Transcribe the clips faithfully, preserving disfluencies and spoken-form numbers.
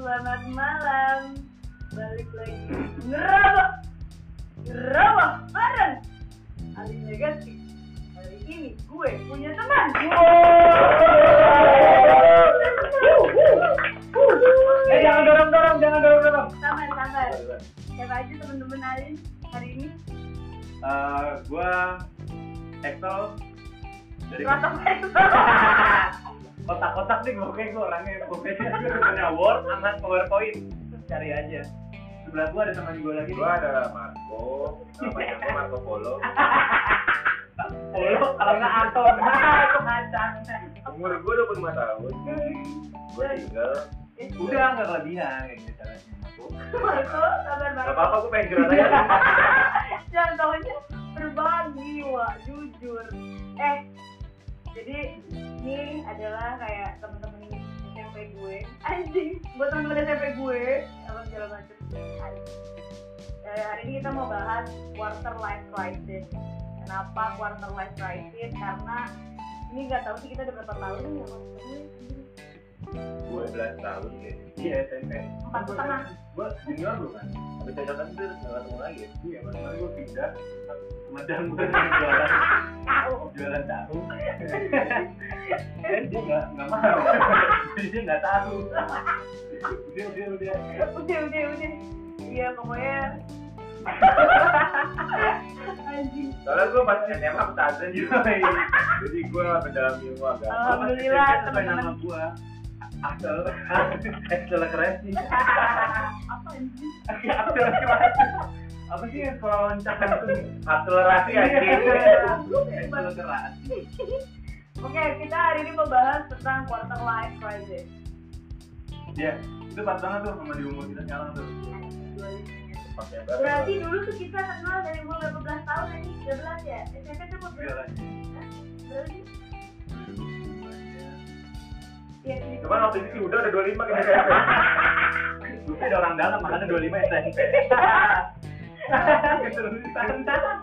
selamat malam. Balik lagi ngerabah ngerabah bareng Ali Legacy. Hari ini gue punya teman. Eh jangan dorong-dorong, jangan dorong-dorong. Sabar, sabar. Siapa aja teman-teman Ali hari ini? Uh, gua Excel dari kotak-kotak nih, pokoknya gue orangnya pokoknya gue punya Word sama PowerPoint. Terus cari aja. Sebelah gua ada teman gue lagi. Gua ada Marco, namanya gua Marco Polo. Polo kalau nggak Atom, nah itu kacang. Umur gua dua puluh lima tahun. Gua tinggal. Udah nggak kelebihan kayak gitu caranya Marco. Marco, sabar Marco. Gak apa-apa, gua pengen curhat aja. Contohnya berbagi, wah jujur. Eh, jadi ini adalah kayak temen-temen S M P gue, anjing, buat temen-temen S M P gue, apa segala macam. Eh, hari ini kita mau bahas quarter life crisis. Kenapa quarter life crisis? Karena ini nggak tahu sih kita udah berapa tahun ya maksudnya. dua belas tahun kayaknya. Iya S M P. Empat setengah. Gua junior lu kan. Habis saya datang tuh nggak ketemu lagi. Iya, mana gua pindah Sumedang gua jualan jualan tahu. Dan dia nggak nggak mau. Jadi dia nggak tahu. Udah udah udah. Udah udah udah. Iya pokoknya. Anjing. Soalnya gua pas S M A pesantren juga. Jadi gua mendalam ilmu agama. Alhamdulillah teman-teman. Nama gua Axel, Axel kreasi. Apa anjing? Axel kreasi. Apa sih yang kalau loncat langsung Akselerasi anjing. Axel kreasi. Oke, kita hari ini membahas tentang quarter life crisis. Ya, itu pas banget tuh sama di umur kita sekarang tuh. Berarti dulu tuh kita kenal dari umur berapa belas tahun ini? tiga belas ya? S M P tuh umur berapa? Berarti? Iya, Cuman waktu itu udah ada dua puluh lima kayaknya. Gue ada orang dalam, makanya dua puluh lima S M P. Keterusan.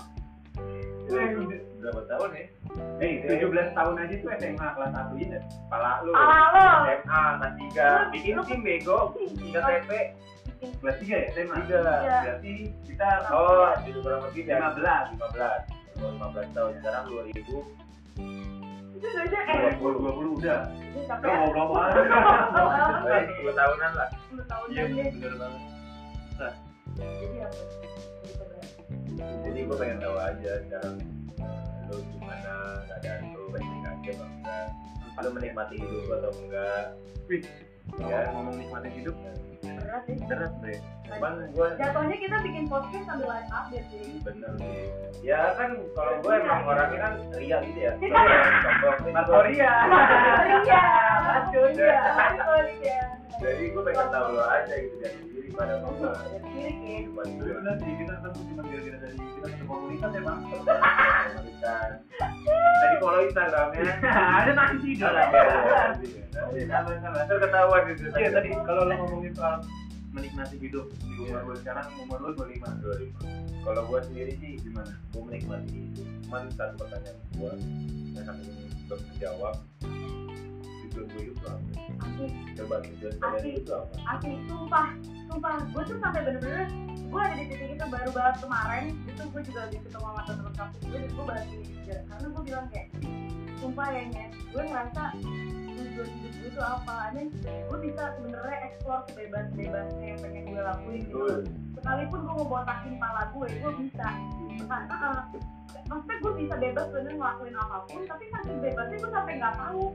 Berapa tahun ya? Eh, tujuh belas tahun aja tuh S M A kelas satu ya. Pala lu. Pala lu. S M A kelas tiga. Bikin tim bego. tiga T P. Kelas tiga ya S M A? tiga. Berarti kita Oh, itu berapa gitu ya? lima belas. lima belas. Oh, lima belas tahun. Sekarang dua ribu itu udah aja eh. dua puluh dua puluh udah. Ini sampai Udah ngobrol apa? Eh, sepuluh tahunan lah. sepuluh tahun Iya, deh. bener banget. Nah, Jadi apa? Kita bahas. Jadi gue pengen tahu aja sekarang eh, lu gimana keadaan lu, baik-baik aja apa enggak? Lu menikmati hidup atau enggak? wih, Ya. ngomong nikmatin hidup Berat sih. berat deh. Cuman gue Jatuhnya kita bikin podcast sambil live update sih. bener sih. Ya kan kalau gue emang orangnya kan ria gitu ya. Sombong. Marco Ria. Iya, Marconia, Marconia. Jadi gue pengen tahu lo aja gitu dari diri pada apa. Dari kiri kan. Buat Itu gue bener sih, kita tentu cuma gara-gara dari kita satu komunitas ya bang. komunitas. Tadi follow Instagramnya. Ada nanti dong. Sabar-sabar. Ntar ketahuan gitu. Iya tadi kalau lo ngomongin soal menikmati hidup di umur gue sekarang umur lo dua puluh lima. dua ribu. Kalau gue sendiri sih gimana? Gue menikmati hidup. Cuman satu pertanyaan gue yang sampai ini belum terjawab. Tujuan gue hidup apa? Asik, Coba tujuan kalian Asik. itu apa? asik, sumpah, sumpah. Gue tuh sampai bener-bener, gue ada di titik itu baru banget kemarin. Itu gue juga habis ketemu sama temen kampus gue dan gue bahas ini juga. Karena gue bilang kayak, sumpah ya Nyet, gue ngerasa tujuan hidup gue itu apa? Nih, gue bisa sebenarnya explore sebebas-bebasnya yang pengen gue lakuin gitu. Betul. Sekalipun gue mau botakin pala gue, gue bisa. Nah, uh, maksudnya gue bisa bebas bener ngelakuin apapun, tapi saking bebasnya gue sampai nggak tahu.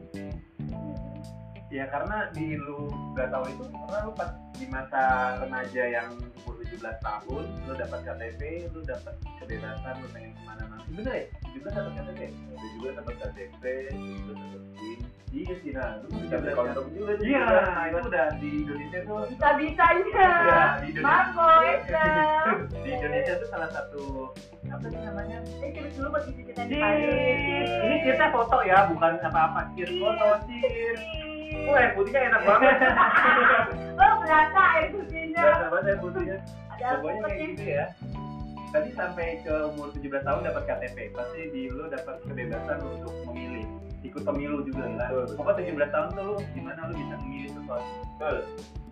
Ya karena di lu gak tahu itu karena lu pas di masa remaja yang umur tujuh belas tahun lu dapat K T P, lu dapat kebebasan, lu pengen kemana-mana. Bener ya? tujuh belas dapat K T P, tujuh belas dapat K T P, tujuh belas dapat SIM. Iya sih, nah lu Bisa beli kondom juga. Iya, itu udah di Indonesia tuh Bisa-bisanya. udah di Indonesia. Marco, Excel. Di Indonesia tuh salah satu apa sih namanya? Eh, cari dulu buat isi kita Di ini kita foto ya, bukan apa-apa. Cheers foto, cheers. Wah, air putihnya enak banget. Oh, berasa air putihnya. Berasa banget air putihnya. Ada Pokoknya kayak gitu ya. Tadi sampai ke umur tujuh belas tahun dapat K T P, pasti di lu dapat kebebasan untuk memilih, ikut pemilu juga kan. Betul. Pokoknya tujuh belas tahun tuh lu gimana lu bisa memilih sesuatu. Betul.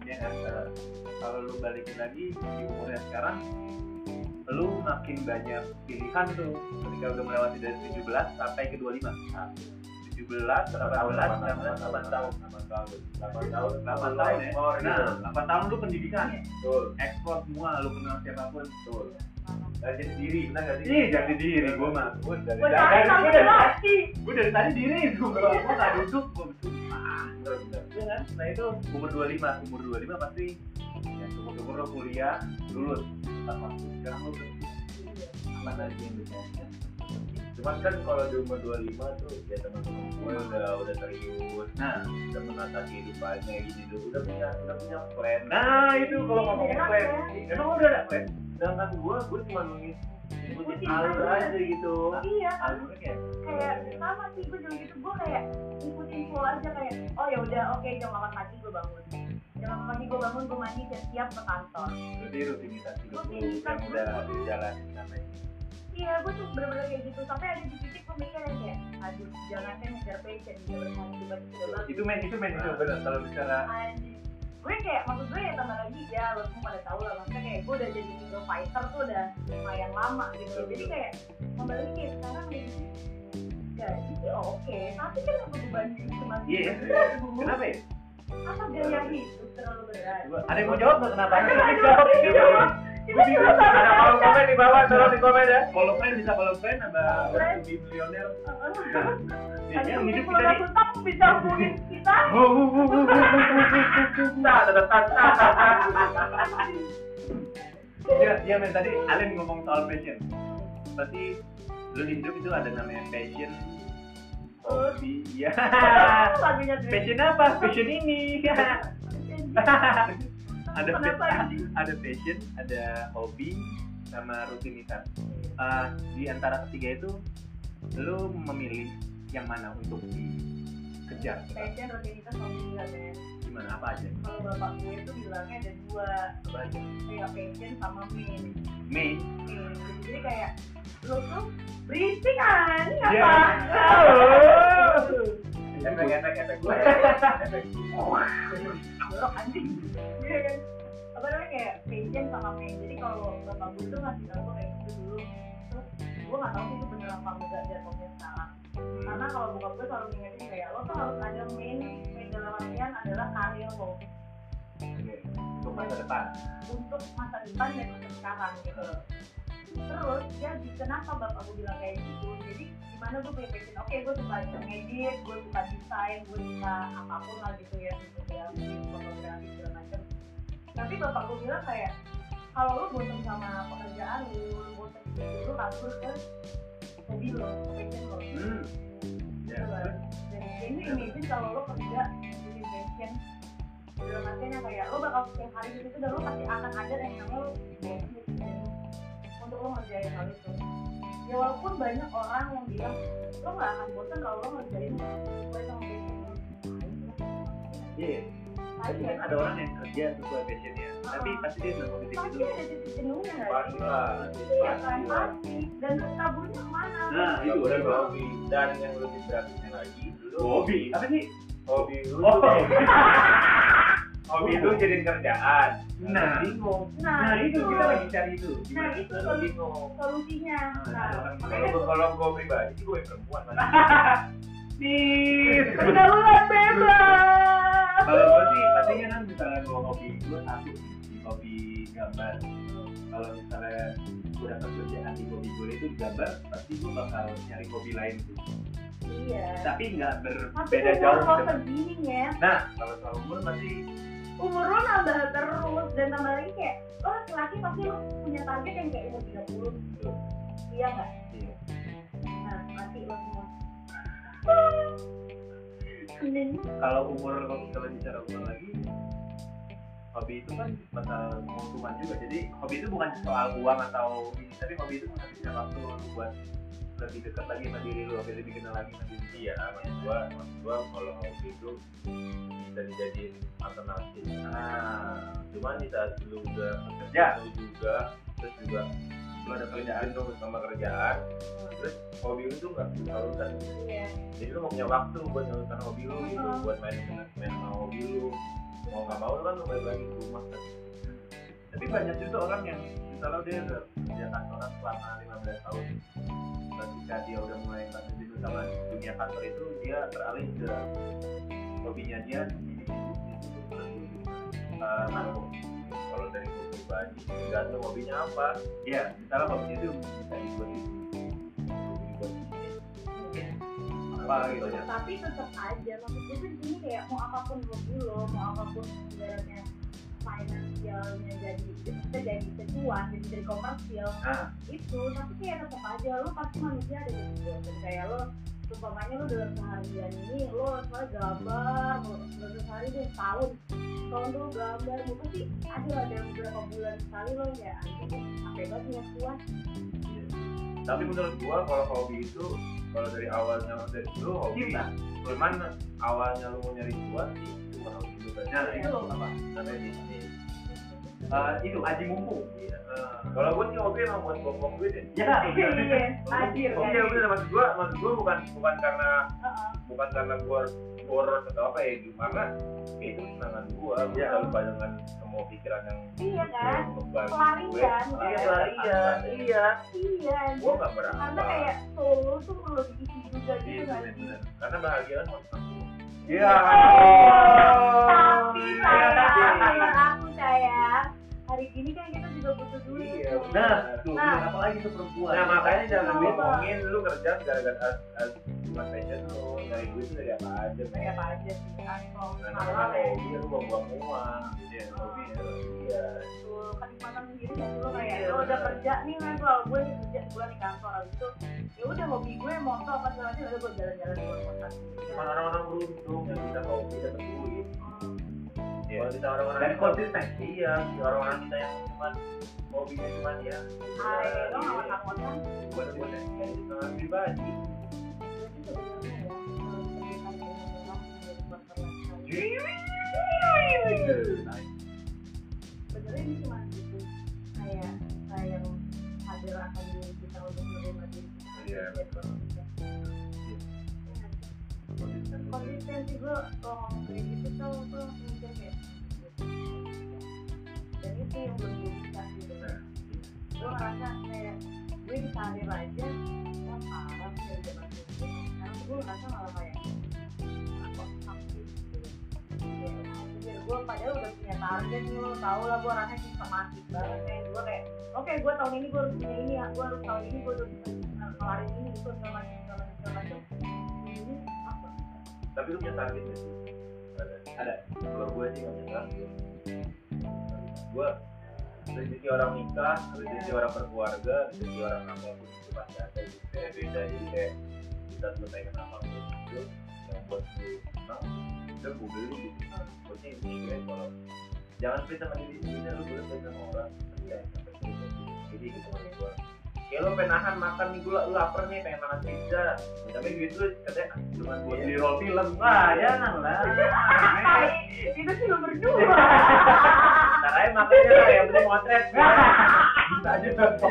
ya kan. Uh, kalau lu balikin lagi di umurnya sekarang, lu makin banyak pilihan tuh ketika udah melewati dari tujuh belas sampai ke dua puluh lima. tujuh belas, delapan belas, sembilan belas, delapan tahun. delapan tahun. delapan tahun. delapan tahun ya. Oh, Nah, delapan tahun lu pendidikan. betul. Ekspor semua, lu kenal siapapun. Betul. Jadi diri, benar nggak sih? Ih, jadi diri gua mah. Gua dari Gua dari cari dari- sampai dari- mati. Gua dari tadi diri, gua gua gua nggak duduk, gua duduk. Ah, bener, bener. iya kan? Nah itu umur dua puluh lima, umur dua puluh lima pasti ya umur-umur lo kuliah, lulus. Pas waktu sekarang lo udah apa lagi yang bisa? Cuman kan kalau di umur dua puluh lima tuh ya teman-teman gue udah udah serius, Nah, udah menata kehidupannya gini dulu, udah punya udah punya plan. nah itu kalau ngomong Enak plan, ya. emang udah ada plan? Sedangkan gue gue cuma ngikutin Ngikutin alur aja. aja gitu. Iya, Alurnya kayak kayak sama sih gue juga gitu, gue kayak ngikutin flow aja kayak oh ya udah oke jam delapan pagi gue bangun, jam delapan pagi gue bangun, gue mandi siap-siap ke kantor. berarti rutinitas hidup lu Rutinitas yang udah hidup. jalan sampai Iya, gue tuh bener-bener kayak gitu sampai ada di titik gue mikir kayak aduh jangan kan ngejar passion gitu berhenti tiba-tiba udah bagus. itu men itu men itu benar kalau bicara Anjing. Gue kayak maksud gue ya tambah lagi ya lo semua pada tahu lah maksudnya kayak gue udah jadi single fighter tuh udah lumayan lama gitu jadi kayak kembali kayak sekarang nih gaji sih oke tapi kan aku beban hidup semakin iya berat, Bu. kenapa ya? apa gaya hidup terlalu berat Ada yang mau jawab nggak kenapa? Ada, Ada ada, jawab. ada, Coba. ada. Gue bingung. Ada Ada kolom komen di bawah, tolong di komen ya. Iya. Follow friend bisa follow friend apa Friend. di milioner. ada Dia yang mungkin hidup kalau kita nggak nih. susah bisa hubungin kita Nah, ada Iya, iya men tadi Alin ngomong soal passion. Berarti lu di hidup itu ada namanya passion, hobi, ya. lagunya Drake. Passion apa? Passion ini. ada Kenapa pa- ini? ada passion, ada hobi, sama rutinitas. Uh, di antara ketiga itu, lu memilih yang mana untuk dikejar? Passion, rutinitas, hobi juga Ben. Gimana? Apa aja? Kalau bapak gue itu bilangnya ada dua, Apa aja? kayak passion sama main. Main. Main. Jadi kayak lo tuh berisik kan? Ya. Apa? Efek efek efek gue. Efek. Jorok anjing. Iya kan? Apa namanya kayak passion sama main. Jadi kalau bapak gue tuh ngasih tau gue kayak gitu dulu. Terus gue nggak tahu sih itu bener apa enggak jatuhnya sekarang. Karena kalau bokap gue selalu ngingetin kayak lo tuh harus ada main, main dalam artian adalah karir lo Oke. Untuk masa depan. untuk masa depan dan masa sekarang gitu. Terus jadi kenapa bapak gue bilang kayak gitu? Jadi gimana gue punya passion? Oke, gue suka ngedit, gue suka desain, gue suka apapun lah gitu ya, fotografi, fotografi segala macam. Tapi bapak gue bilang kayak kalau lo bosan sama pekerjaan lo, lo bosan gitu, lo kabur ke hobi lo, ke passion lo. Hmm. Ya. Dan ini imagine kalau lo kerja di passion dalam artian yang kayak lo bakal setiap hari gitu dan lo pasti akan ada yang namanya lo bosan gitu dan untuk lo ngerjain hal itu ya walaupun banyak orang yang bilang lo gak akan bosan kalau lo ngerjain sesuai sama passion lo. Iya. Tapi kan ada orang yang kerja sesuai passionnya, tapi pasti dia nggak titik Pasti itu. ada titik jenuhnya nggak Pasti sih? lah. Iya kan pasti dan terus kaburnya kemana? Nah, Itu itu udah udah hobi dan yang lebih beratnya lagi dulu hobi. Apa sih? hobi lu Oh. tuh hobi lu jadi kerjaan. Nah. Bingung. Nah, Nah, itu kita lagi cari itu. Nah Gimana? itu Lu solu- bingung. solusinya. Nah, makanya Kalau gua kalau gua pribadi sih gue perempuan lah. Nih. pergaulan bebas. Kalau gue sih pastinya kan misalnya gue hobi gue satu di hobi gambar. Kalau misalnya gue dapat kerjaan di hobi gue itu gambar, pasti gue bakal nyari hobi lain tuh. Iya. Tapi nggak Tapi berbeda umur jauh. lo dengan- segini ya, Nah, kalau soal umur pasti umur lo nambah terus dan tambah lagi kayak lo laki-laki pasti lo punya target yang kayak umur tiga puluh gitu. Iya nggak? iya. Nah, mati lo semua. Senin. Kalau umur kalau bicara umur lagi, hobi itu kan masalah keuntungan juga. Jadi hobi itu bukan soal uang atau ini, tapi hobi itu menghabiskan waktu lu buat lebih dekat lagi sama diri lu, lebih kenal lagi sama diri. Iya, maksud gua, maksud gua kalau hobi itu bisa dijadiin alternatif. Nah, Cuman di saat lu udah Ya. lu juga terus juga lu ada kerjaan kerjaan. lu sama kerjaan, terus hobi lu tuh nggak tersalurkan. Iya. Jadi lu mau punya waktu buat nyalurkan hobi lu gitu, Hmm. buat main main sama hobi lu. mau nggak mau kan lu balik lagi ke rumah kan. Tapi banyak juga orang yang misalnya dia udah kerja kantoran selama lima belas tahun, ketika dia udah mulai merasa jenuh sama dunia kantor itu, dia beralih ke hobinya dia di uh, naruh. Kalau dari gue pribadi tergantung hobinya apa. Iya, misalnya hobinya itu bisa dibuat Dibuat bisnis mungkin apa gitu ya. Tapi tetap aja maksud gue tuh gini, kayak mau apapun hobi lo, mau apapun ibaratnya finansialnya jadi kita jadi kecuan, jadi dari komersial Nah, itu, tapi kayak tetap aja lo pasti manusia ada yang bosan. Kayak lo umpamanya lo dalam seharian ini lo soalnya gambar lo dalam sehari tuh setahun kalau lo gambar lo pasti ada ada beberapa bulan sekali lo ya anjing capek banget nggak kuat. Tapi menurut gua kalau hobi itu kalau dari awalnya dari lu hobi Cinta. cuman awalnya lu mau nyari cuan sih itu bukan hobi juga. Nah, Iya. itu apa? Namanya bisnis. Uh, itu aji mumpung. Iya. Uh, Kalau gua sih hobi emang buat buang-buang duit ya. ya, Iya, anjir kan. Iya bener, maksud gua, maksud gua bukan bukan karena Heeh. bukan karena gua boros atau apa ya, karena ya itu kesenangan gua. Gua Iya. selalu bayangan semua pikiran yang Iya kan, yang membantu gue. pelarian Iya pelarian, iya. iya Gua nggak berapa. karena kayak solo tuh perlu diisi juga gitu Iya kan. bener-bener. Karena bahagia kan harus aku. Iya. Tapi sayang, sayang aku sayang. Hari ini kan kita juga butuh duit. Iya, tuh. Nah, tuh, Nah. apalagi tuh perempuan. Nah makanya jangan Kenapa? diomongin lu kerja gara-gara as, as, cuma passion lu, dari duit itu dari apa aja. Kayak apa aja sih, asal Karena halal kan ya. hobi lu buang-buang uang, iya hobi ya. Iya. Tuh, kenikmatan sendiri kan dulu kayak Iya, lo udah bener. kerja nih kan, kalau gue nih kerja sebulan di kantor habis itu ya udah hobi gue moto apa segala macam udah gue jalan-jalan di luar kota. Cuma orang-orang beruntung yang bisa hobi dapat duit. Iya. Kalau kita orang-orang Dan yang- konsisten. Iya, si orang-orang kita yang cuma hobinya cuma ya. Hai, lo iya. ngawat-ngawat kan? Buat buat dari kesenangan pribadi. Berarti sebenarnya ya, kalau pendidikan yang memang menjadi faktor lifestyle. Sebenarnya ini cuma gitu kayak kayak yang sadar akan diri kita untuk menerima diri kita. Iya, betul. Konsistensi gue kalau ngomong kayak gitu tuh tuh mungkin kayak dan itu yang belum gue bisa gitu. Gue ngerasa kayak gue di karir aja yang parah dari zaman dulu. Sekarang gue ngerasa malah kayak apa aktif gitu. Kayak gue padahal udah punya target nih, lo tau lah gue orangnya sistematis banget kayak gue kayak oke gue tahun ini gue harus punya ini ya, gue harus tahun ini gue harus bisa kelarin ini itu segala macam segala macam segala macam. Ini apa? Tapi lu punya target nggak sih? Ada. Ada. Kalau gue sih nggak punya target. Gue rezeki orang nikah, rezeki orang berkeluarga, rezeki orang apapun itu pasti ada gitu. Beda-beda, jadi kayak kita selesaikan apapun itu yang buat gue senang, udah gue beli gitu. Pokoknya ini gue kalau jangan pelit sama diri sendiri, lu boleh pelit sama orang, tapi jangan sampai pelit. Jadi gitu maksud gue. Kayak lu pengen nahan makan nih, gue lu lapar nih pengen makan pizza, tapi duit lu katanya cuma Buat buat beli roll film. Wah, jangan lah. Itu sih lo berdua. ntar aja makannya lah, yang penting motret. Bisa aja.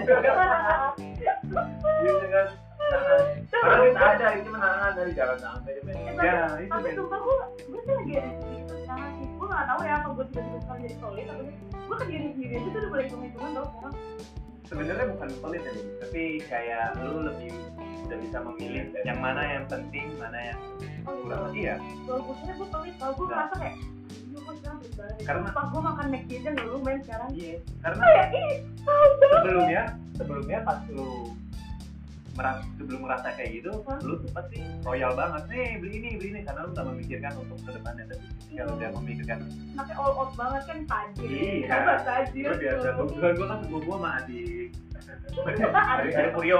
Gitu kan. Nahan. Karena kita ada itu menahan dari jangan sampai dia main. Ya, itu Tapi men. sumpah gue, gue tuh lagi ada di situ sekarang sih. Gue gak tau ya apa gue tiba-tiba sekarang jadi solid atau gue ke diri sendiri aja tuh udah boleh hitung-hitungan tau sekarang. Sebenarnya bukan pelit ya, Bing. Tapi kayak lu lebih udah bisa memilih yang mana yang penting, mana yang Oh kurang. gitu. Iya. Kalau gue kira gue pelit, kalau gue Nah. ngerasa kayak gue gue sekarang pelit banget. Karena- Sumpah gue makan McD aja dulu main sekarang. Iya. Karena Kayak ih, tau banget. sebelumnya, sebelumnya pas lu meras, sebelum merasa kayak gitu, Hah? lu tuh pasti royal banget nih beli ini beli ini karena lu nggak memikirkan untuk kedepannya. Tapi kalau udah memikirkan, Makanya all out banget kan tajir. Iya. Coba tajir. gue biasa tuh. kebetulan gue kan sepupu gue sama adik. Dari dari Purio.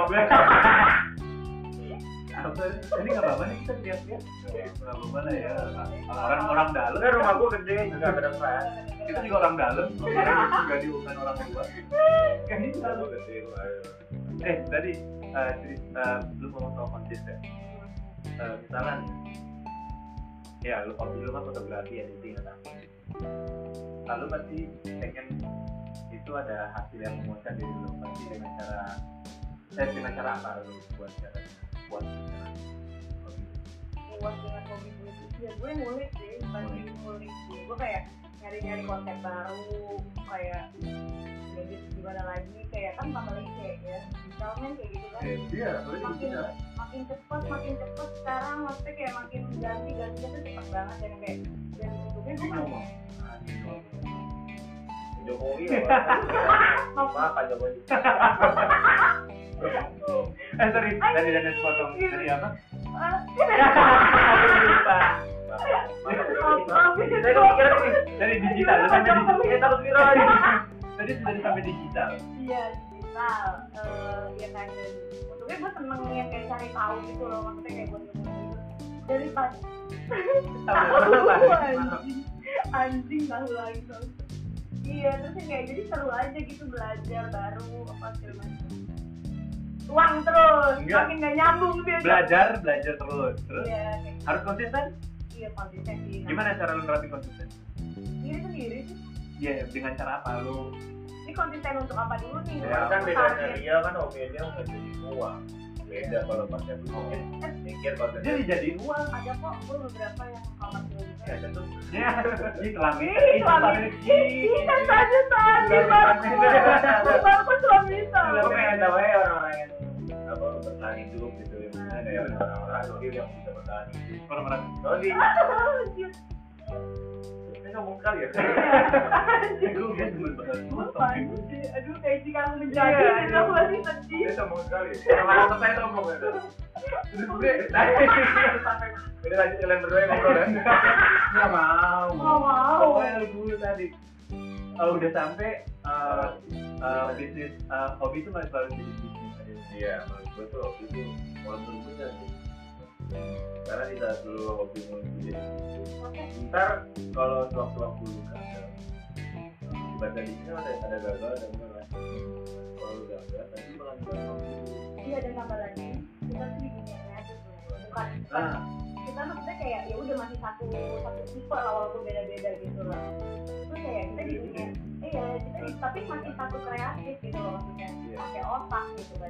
Apa? Ini nggak apa-apa nih kita lihat-lihat. Nggak apa-apa lah ya. Orang orang dalam. Kan rumah gua gede juga berapa? Kita juga orang dalam. Orang juga di bukan orang luar. Kayak ini selalu. Gua gede gua. Eh tadi eh, cerita lu ngomong soal konsisten. Eh, misalnya nih, ya lu kalau dulu kan fotografi ya jadi nggak tahu. Lalu pasti pengen itu ada hasil yang memuaskan diri lu pasti dengan cara eh dengan cara apa lu buat cara buat cara hobi. Buat dengan hobi gue itu ya gue ngulik sih, bukan ngulik sih. Gue kayak nyari-nyari konten baru kayak jadi gimana lagi kayak kan tambah lagi kayak ya digital men kayak gitu kan Iya, soalnya makin digital. makin cepet makin cepet sekarang maksudnya kayak makin ganti ganti itu cepet banget dan kayak dan untungnya gue ngomong. Jokowi apa Pak Jokowi Eh sorry, dari dari potong dari apa? Dari digital, lu sampai digital, takut viral aja. Tadi sudah sampai digital. iya digital eh ya kan dan untungnya gue seneng yang kayak cari tahu gitu loh maksudnya kayak buat gitu dari pas tahu anjing anjing tahu lagi tuh iya terus kayak jadi seru aja gitu belajar baru apa segala macam uang terus Enggak. makin gak nyambung dia Belajar, belajar terus. Terus iya kayak harus konsisten. iya konsisten sih Gimana cara lu nerapin konsisten? diri sendiri sih Iya, dengan cara apa lu? ini konsisten untuk apa dulu nih ya kan Untuk bedanya target. dia kan hobinya nggak jadi uang beda kalau pakai mungkin mikir pakai Jadi jadiin uang. ada kok gue beberapa yang kamar gue juga ya itu Ya, ini kelamin. Ih, suami Ih, kan saja suami baru baru suami gue suami pengen tahu ya orang-orang yang apa bertahan hidup gitu ya maksudnya kayak orang-orang mungkin yang bisa bertahan hidup Orang-orang. kalau di Anjir. ini ngomong kali ya Lu gue cuma bahas Apaan sih? Aduh kayak jika aku menjadi Iya, gitu iya. aku masih sedih dia ngomong kali orang-orang terkait ngomong ya terus gue sampai udah lanjut kalian berdua yang ngobrol kan Nggak mau. Nggak mau. Pokoknya lu dulu tadi. Kalau udah sampai eh, eh, bisnis eh, hobi itu masih baru jadi bisnis aja. iya menurut gue tuh hobi itu mau berubah sih karena di saat dulu hobi mau jadi ntar kalau sewaktu-waktu lu gagal ibadah di sini ada ada gagal ada enggak kan kalau lu gagal nanti melanjutkan hobi iya dan tambah lagi kita tuh di dunia kreatif loh. bukan bukan Nah, kita maksudnya kayak ya udah masih satu satu tipe lah walaupun beda-beda gitu lah terus kayak kita di dunia iya kita di, tapi masih satu kreatif gitu loh maksudnya Iya. pakai otak gitu kan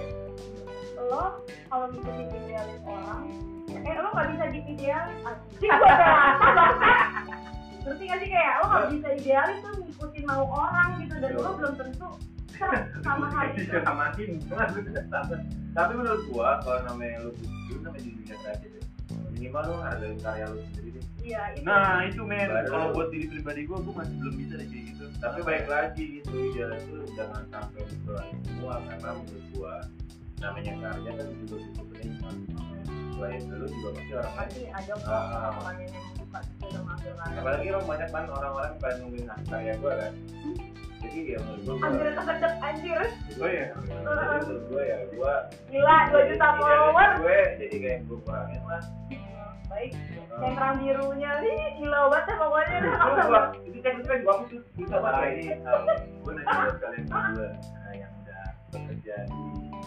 lo kalau ngikutin idealis orang eh lo nggak bisa di idealis anjing gue berasa banget ngerti nggak sih kayak lo nggak bisa idealis tuh ngikutin mau orang gitu dan lo belum tentu ser- sama hal itu disamain tapi menurut gua kalau namanya lu itu namanya di dunia kreatif ya minimal lu hargain karya lu sendiri deh. iya itu nah itu men. Baru. Kalau buat diri pribadi gue, gue masih belum bisa deh kayak gitu. tapi baik lagi gitu idealnya tuh jangan sampai selain semua karena menurut gua namanya karya kan juga butuh penikmat selain dulu juga pasti orang lain pasti ada kok Ah. orang yang membuka segala macam karya apalagi orang banyak kan orang-orang yang pengen nungguin karya gua kan jadi ya menurut gua gua- anjir kesedek anjir Oh iya. jadi menurut gua ya gua gila dua juta follower gue jadi kayak gua kurangin lah baik centang birunya nih gila banget ya pokoknya Gua- gua- itu kan itu kan gua tuh bisa Nah, banget ini um, gue nanya buat kalian berdua nah, yang udah bekerja di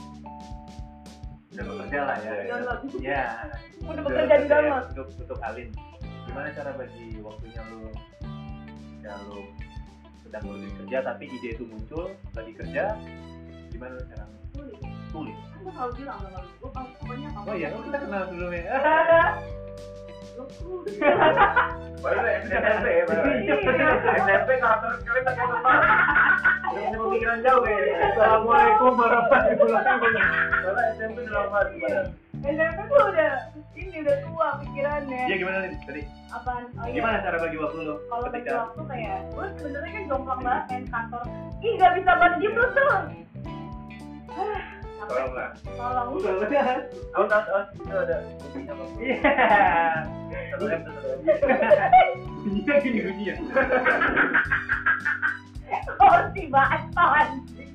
udah bekerja lah ya. Download. Ya. udah bekerja di download Untuk untuk Alin, gimana cara bagi waktunya lu? Ya lu sedang ngurusin kerja tapi ide itu muncul lagi kerja, gimana lu cara tulis tulis? kan gue selalu bilang sama lu gue pokoknya apa Oh iya, kan kita kenal sebelumnya. lu baru S M P ya baru S M P karakter kalian tak kayak apa udah punya pemikiran jauh ya Assalamualaikum warahmatullahi wabarakatuh. soalnya S M P udah lama iya S M P gue udah ini udah tua pikirannya Iya gimana nih tadi? apaan oh iya Gimana cara bagi waktu lu kalau bagi ketika waktu kayak gue sebenarnya kan jomplang banget main kantor ih gak bisa banget diem lu tuh tolong lah tolong udah udah. aku tahu tahu itu ada bunyinya apa Iya. satu M satu M Bunyinya gini bunyinya. kursi bacot anjing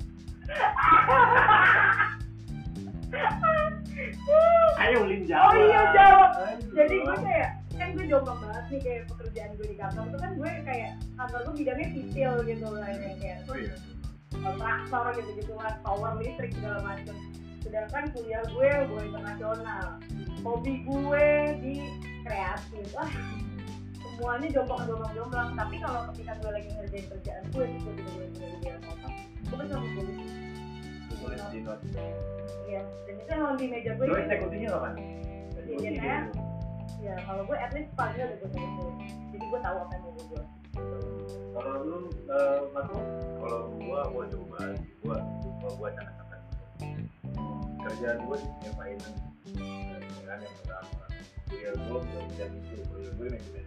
Ayo Lin jawab. oh iya jawab Ayo. jadi gue kayak kan gue jomblo banget nih kayak pekerjaan gue di kantor itu kan gue kayak kantor gue bidangnya sipil gitu lah yang kayak Oh iya. traktor gitu-gitu lah power listrik segala macem sedangkan kuliah gue gue internasional hobi gue di kreatif wah semuanya jomblang-jomblang-jomblang tapi kalau ketika gue lagi ngerjain kerjaan gue itu gue juga gue punya ide apa apa gue kan selalu tulis Tulis di note. iya dan itu emang di meja gue Lu gitu. eksekutinya kapan? Biasanya ya kalau gue at least paling udah gue tulis tulis jadi gue tahu apa yang mau gue buat Kalau lu eh, Marco, Kalau gua gua coba gua gua gua catat-catat kerjaan gua di dunia finance kan yang pertama kuliah gua gua bidang itu kuliah gua manajemen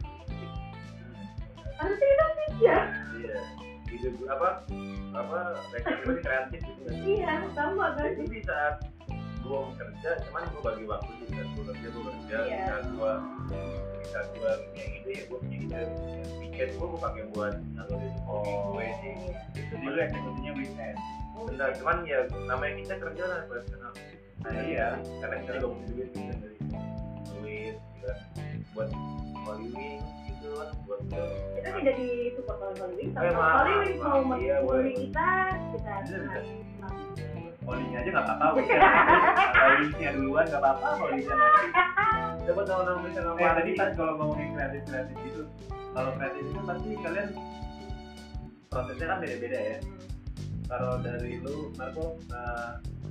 Harusnya itu sih ya. iya hidup gua apa apa background gua ini kreatif gitu kan Iya, sama kan. jadi di saat gua kerja cuman gua bagi waktu di saat gua kerja gua kerja di Iya. saat gua di saat gua punya ide ya gua punya ide weekend gua gua pakai buat ngalurin hobi gue sih jadi lu eksekusinya weekend. benar cuman ya namanya kita kerja lah profesional nah iya karena kita juga butuh duit bisa dari duit juga buat Hollywood gitu kan buat Kita tidak di support oleh Hollywood, Eh, tapi maaf, Hollywood mau maaf, iya, menghubungi boleh. kita, kita Bisa, bisa. senang. Olinya aja nggak apa-apa, weekend. Kalau Olinya duluan nggak apa-apa, Olinya nanti. coba tahu-tahu bisa Eh ngapain tadi pas kalau ngomongin kreatif kreatif itu, kalau kreatif itu pasti kalian prosesnya kan beda-beda ya. Kalau dari lu, Marco, uh,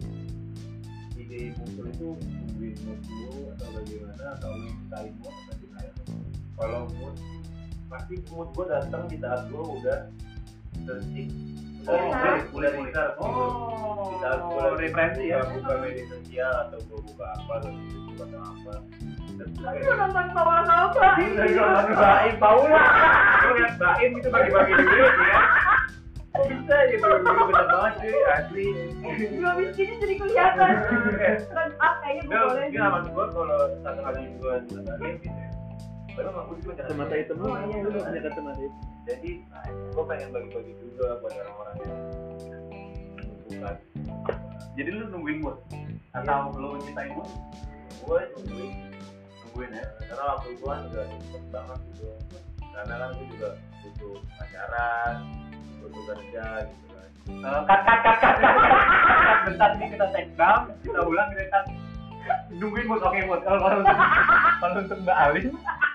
ide muncul itu nungguin mood lu atau bagaimana, atau lu cari mood atau gimana? kalau mood pasti mood gue datang di saat gue udah searching Oh, Iya. udah research gitu. Oh. di saat gue Oh, referensi ya? buka media sosial atau gue buka apa atau buka atau apa terus gue Tapi kayak lu nonton Paula Nova. Baim Paula gue liat Baim itu bagi-bagi duit ya kok bisa gitu gue bener banget sih asli Gua miskinnya jadi kelihatan. Kan ah kayaknya gue Gue boleh. gue sama gue kalau satu kali gue Baim gitu ya baru aku cuma Kacamata hitam lu, lu nggak punya kacamata hitam. jadi gue pengen bagi-bagi juga buat orang-orang yang membutuhkan Jadi lu nungguin mood atau lu nyiptain mood? gue nungguin Nungguin ya. karena waktu gue kan juga cepet banget gitu karena kan gue juga butuh pacaran butuh kerja gitu kan Eh, Kat, kat, kat, kat, kat, kat, kat, bentar ini kita take down, kita ulang, kita cut. Nungguin mood, oke mood. Kalau kalau untuk kalau untuk Mbak Alin,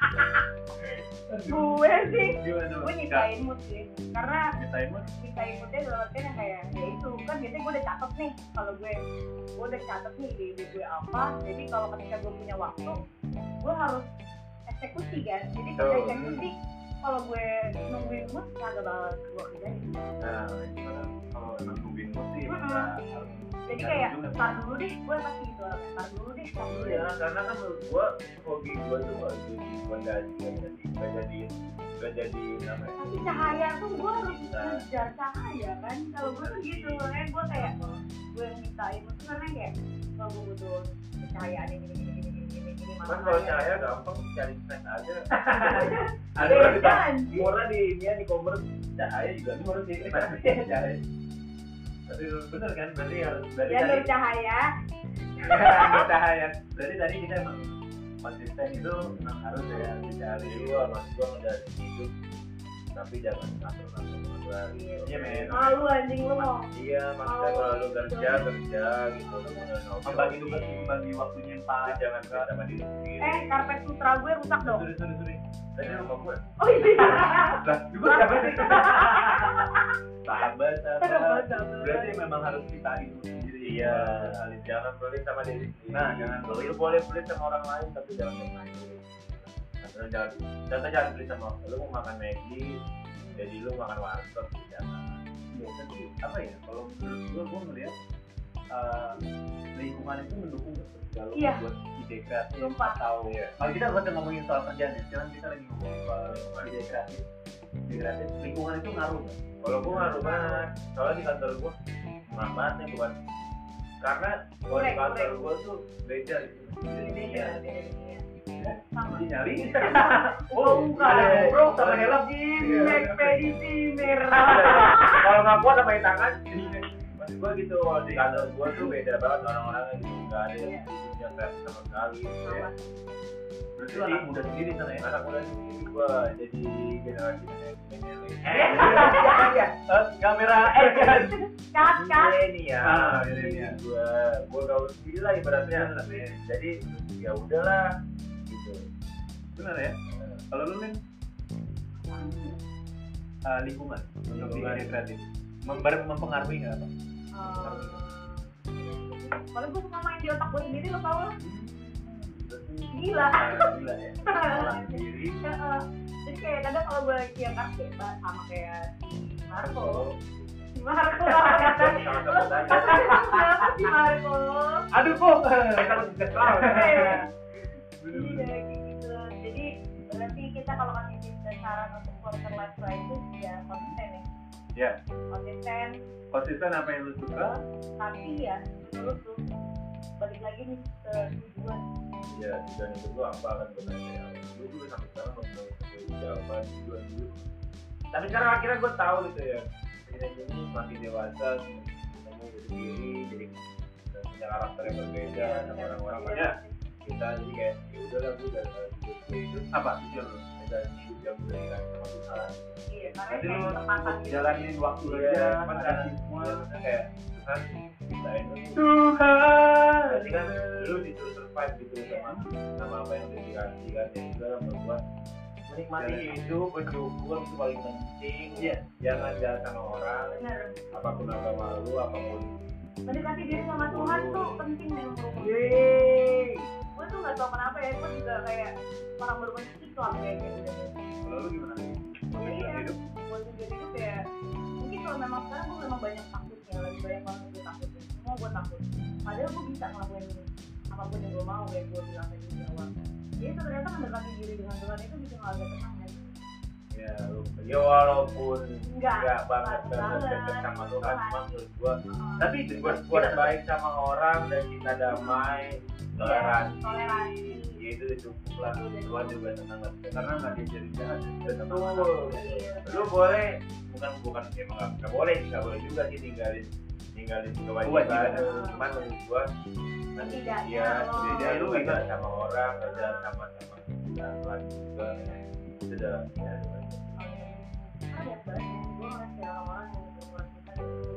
Gue sih, gimana? gue nyiptain mood sih. Karena Nyiptain mood? nyiptain moodnya dalam artian yang kayak ya itu kan biasanya gue udah catet nih kalau gue gue udah catet nih ide gue apa. Jadi kalau ketika gue punya waktu, gue harus eksekusi kan. Jadi kalau Betul. eksekusi, kalau gue nungguin mood kagak bakal gue kerjain. Nah, gimana? Kalau emang nungguin mood sih, Mm-mm. kita harus Jadi cari kayak juga. start dulu deh, gue pasti gitu orangnya. Start dulu deh, start dulu deh. ya karena kan menurut gue hobi gue tuh gak jadi gue gak jadi gak jadi gak jadi namanya Tapi cahaya tuh gue harus ngejar cahaya kan. Kalau gue tuh gitu, makanya gue kayak gue yang mintain itu karena kayak kalau gue butuh cahayaan ini ini ini ini ini ini ini kan kalau cahaya gampang cari snack aja Ada Beda, orang kita anjing. murah di ini ya di commerce cahaya juga ngurus sih, tapi cahaya. Tapi bener kan? Berarti harus berarti Ya tadi nur cahaya. Nur cahaya. Berarti tadi kita emang konsisten itu memang harus ya dicari. jadi gue maksud gue dari hidup tapi jangan ngatur-ngatur banget gitu. Iya men. Malu anjing lu mau. Iya, maksudnya Oh, kalau lu kerja gitu. kerja gitu, lu mau ngopi, Membagi ngopi. tugas, membagi waktunya yang Tapi pas. jangan kerja sama diri sendiri. Eh, karpet sutra gue rusak dong. Sorry, sorry, sorry. Tadi rumah gue. Oh iya. Lah, juga siapa sih? Sabar, sabar. Berarti memang harus kita itu sendiri. Iya, jangan pelit sama diri sendiri. Nah, jangan Lu pelit. boleh pelit sama orang lain, tapi jangan sama diri. Nah, jangan, contoh jangan pelit sama lu mau makan McD, jadi lu makan warteg, jangan. Ya, tapi apa ya? Kalau menurut gua, gua ngeliat eh, lingkungan itu mendukung nggak sih kalau Iya. buat ide kreatif Sumpah. atau ya. Kalau kita nggak usah ngomongin soal kerjaan ya, sekarang kita lagi ngomongin soal ide kreatif. Ide kreatif, lingkungan itu ngaruh nggak? Kalau gua ngaruh banget, soalnya di kantor gua emang banget nih bukan karena kalau di Kurek, kantor kurek. gua tuh beda gitu. Beda, Iya. beda, beda. Sama. Jadi nyari. Oh, bukan. Ada bro sama Ada. helm. Jim ekspedisi merah. Kalau nggak kuat sama tangan maksud gua gitu kalau di kantor gua tuh beda banget orang-orangnya gitu nggak ada yang punya kreatif sama sekali gitu ya. Berarti lu anak muda sendiri sana ya. anak muda sendiri gua jadi generasi milenial Eh, kamera action. Kat, kat. milenial Ah, jadi milenial. gua gua gaul sendiri lah ibaratnya jadi ya udahlah gitu. Benar ya? Kalau lu men eh, lingkungan untuk di Lingkungan. ide kreatif Mem- mempengaruhi nggak apa? Kalau gue suka main di otak gue sendiri lo tau lah. Berarti gila. Gila ya. Orang sendiri. Heeh. Jadi kayak kadang kalau gue lagi yang kasih sama kayak si Marco, si Marco, Sama-sama aja. siapa si Marco? Aduh kok. Kita harus kesal. Iya kayak gitu. Jadi berarti kita kalau kasih tips dan saran untuk quarter life crisis ya konsisten ya. Ya. Konsisten. Konsisten apa yang lu suka? Tapi ya dulu tuh balik lagi nih ke tujuan. Ya, tujuan hidup lu apa kan sebenarnya? Gue juga sampai sekarang masih nggak bisa apa tujuan hidup. Tapi sekarang akhirnya gue tahu gitu ya. Ini ini semakin dewasa, kamu jadi diri, jadi punya karakter yang berbeda sama orang-orang banyak. Kita jadi kayak ya udahlah gue udah hidup gue itu Apa tujuan lu? dan hidup yang berbeda sama Tuhan. Iya, karena Berarti kayak lu kesempatan gitu. jalanin waktu Iya, aja, cuman ada kan semua. ya, maksudnya kayak Tuhan ciptain lu. Tuhan. Berarti kan lu disuruh survive gitu sama sama apa yang udah dikasih kan ya juga membuat menikmati hidup, bersyukur itu paling penting. Iya. Jangan jahat sama orang, Bener. apapun agama lu, apapun. Mendekati diri sama Tuhan tuh penting memang bro. Yeay. Gue tuh nggak tahu kenapa ya, gue juga kayak orang berbanyak Islam kayak gitu. Kalau lu gimana? Iya, Hidup. gue juga itu kayak mungkin kalau memang sekarang gue memang banyak takutnya, lagi banyak banget gue takutin. Semua gue takut. Padahal gue bisa ngelakuin apapun yang gue mau, kayak gue bilang tadi di awal. Jadi itu ternyata mendekati diri dengan Tuhan itu bikin lo agak tenang kan. Ya, lu, ya walaupun Enggak, enggak banget banget banget deket sama Tuhan, cuma menurut gua Tapi buat buat baik sama orang dan kita damai, toleransi, toleransi. ya itu udah cukup lah. Tuhan juga senang lah. karena nggak diajarin jahat. Betul. Lu boleh bukan bukan emang nggak nggak boleh nggak boleh juga sih ninggalin ninggalin kewajiban. Kewajiban. Cuman menurut gua nanti Setidaknya ya lo- setidaknya lu Lu nggak bisa- jalan sama orang nggak jalan sama sama Tuhan juga. Itu udah ya. Ada banyak gue ngeliat kayak orang-orang yang berbuat kita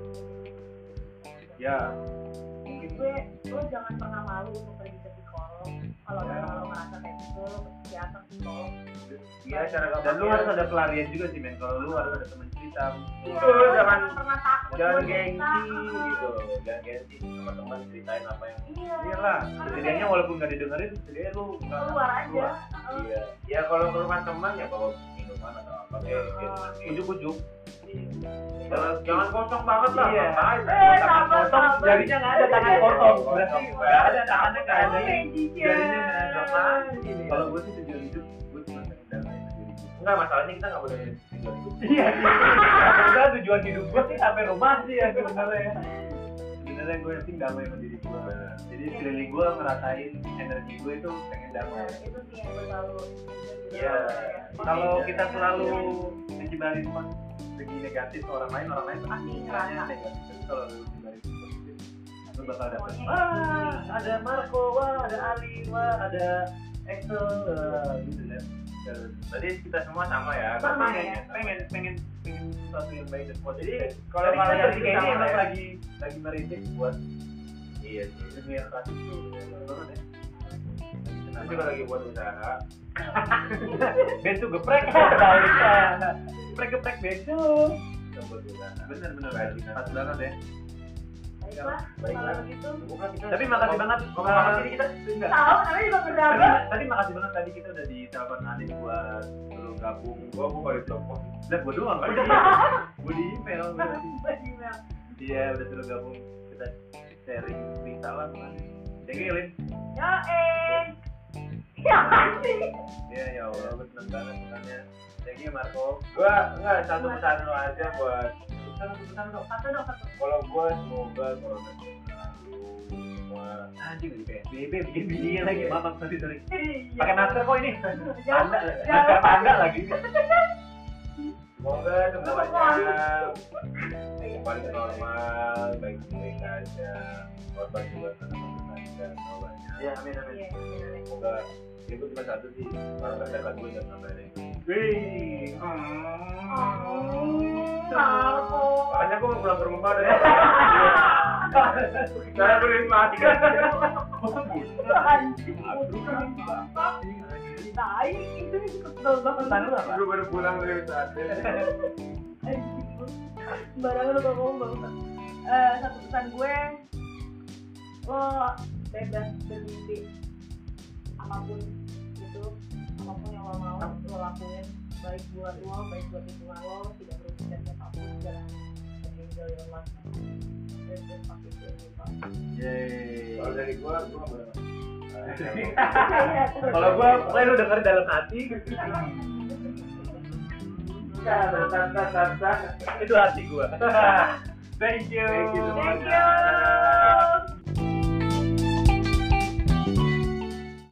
Ya. Mungkin gue lo jangan pernah malu untuk pergi ke psikolog kalau Ya. memang lo merasa kayak gitu lo ke psikiater psikolog. Iya cara dan lu harus ada pelarian juga sih men. Kalau lu harus ada teman cerita. Iya, Betul, lo jangan- pernah takut jangan buat gengsi cerita. gitu loh, jangan gengsi sama teman ceritain apa yang Iya. Iyalah. Karena Setidaknya kayak walaupun nggak didengerin, setidaknya lu nggak keluar aja. keluar. Heeh. iya ya kalau ke rumah teman ya bawa minuman atau apa kayak gitu Ujuk-ujuk. jangan jangan kosong banget lah Iya. ngapain Eh, tangan sabar, kosong sabar. Jarinya nggak ada, tangan kosong. Berarti Kosong, nggak ada, tangannya nggak ada. Oh, magician. Jarinya nggak ada. Apaan gini? Kalau gue sih tujuan hidup, gue cuma pengen damai sama diri gue. enggak masalahnya kita nggak boleh tujuan hidup Iya. Sebenarnya tujuan hidup gue sih sampai rumah sih ya sebenarnya. Sebenarnya gue sih damai sama diri gue. Jadi sekeliling gue ngerasain energi gue itu pengen damai. Nah, itu sih yang gue selalu Iya. Kalau kita selalu menyebarin segi negatif ke orang lain, orang lain pasti ngiranya negatif. Tapi kalau lu menyebarin positif, lu bakal dapet. Wah, ada Marco, wah ada Ali, wah ada Excel, uh, gitu kan. berarti kita semua sama ya Sama pengen, ya. pengen, pengen, pengen sesuatu yang baik dan positif. jadi kalau Jadi kalian kita itu kayaknya sama emang ya lagi lagi merintis buat iya sih dunia kreatif itu banget ya. nanti juga lagi buat usaha Bensu geprek, tahu kan? Geprek geprek bensu. kita buat usaha Bener bener, Rajin. pas banget ya. Baiklah, Baiklah. kalau begitu. bukan kita Tapi makasih banget. ngomong apa sih kita Enggak. Tahu, namanya juga Tadi, berdagang. tadi makasih banget tadi kita udah ditelepon Adit buat suruh gabung. gua gua baru telepon Lihat gua doang. Gua di, gua di email. berarti. Email. Dia udah suruh gabung. Kita sharing cerita lah kan. Thank you Lin. Ya eh. Ya sih. Ya ya Allah, gua seneng banget makanya. Thank you Marco. gua enggak satu pesan lu aja buat Pesan pesan dong. Satu dong satu. kalau gua semoga corona lalu semua Anjing lagi P S B B bikin video lagi. Maaf maaf, sorry sorry. Iya. Pakai masker kok ini. Jangan- Tanda, jangan- masker tanda lagi. semoga semuanya balik normal baik baik aja korban juga karena masyarakat banyak Ya amin amin. Iya, iya. semoga itu cuma satu sih orang terdekat gue jangan sampai ada yang Wih. Marco. makanya gue mau pulang ke rumah deh saya beli mati kan Anjing. Tai, itu kesel banget. Pesan lu apa? gue baru pulang dari saat Anjing. Sembarangan lu kalau ngomong banget. Eh, satu pesan gue, lo bebas bermimpi apapun baik buat lo, baik buat lingkungan lo, tidak merugikan siapapun, jalan enjoy your life. Dan dan pakai itu gitu. Yeay. Kalau dari gua, gua nggak boleh. Kalau gua pokoknya lu denger dalam hati. Itu hati gua. Thank you. Thank you. Thank you.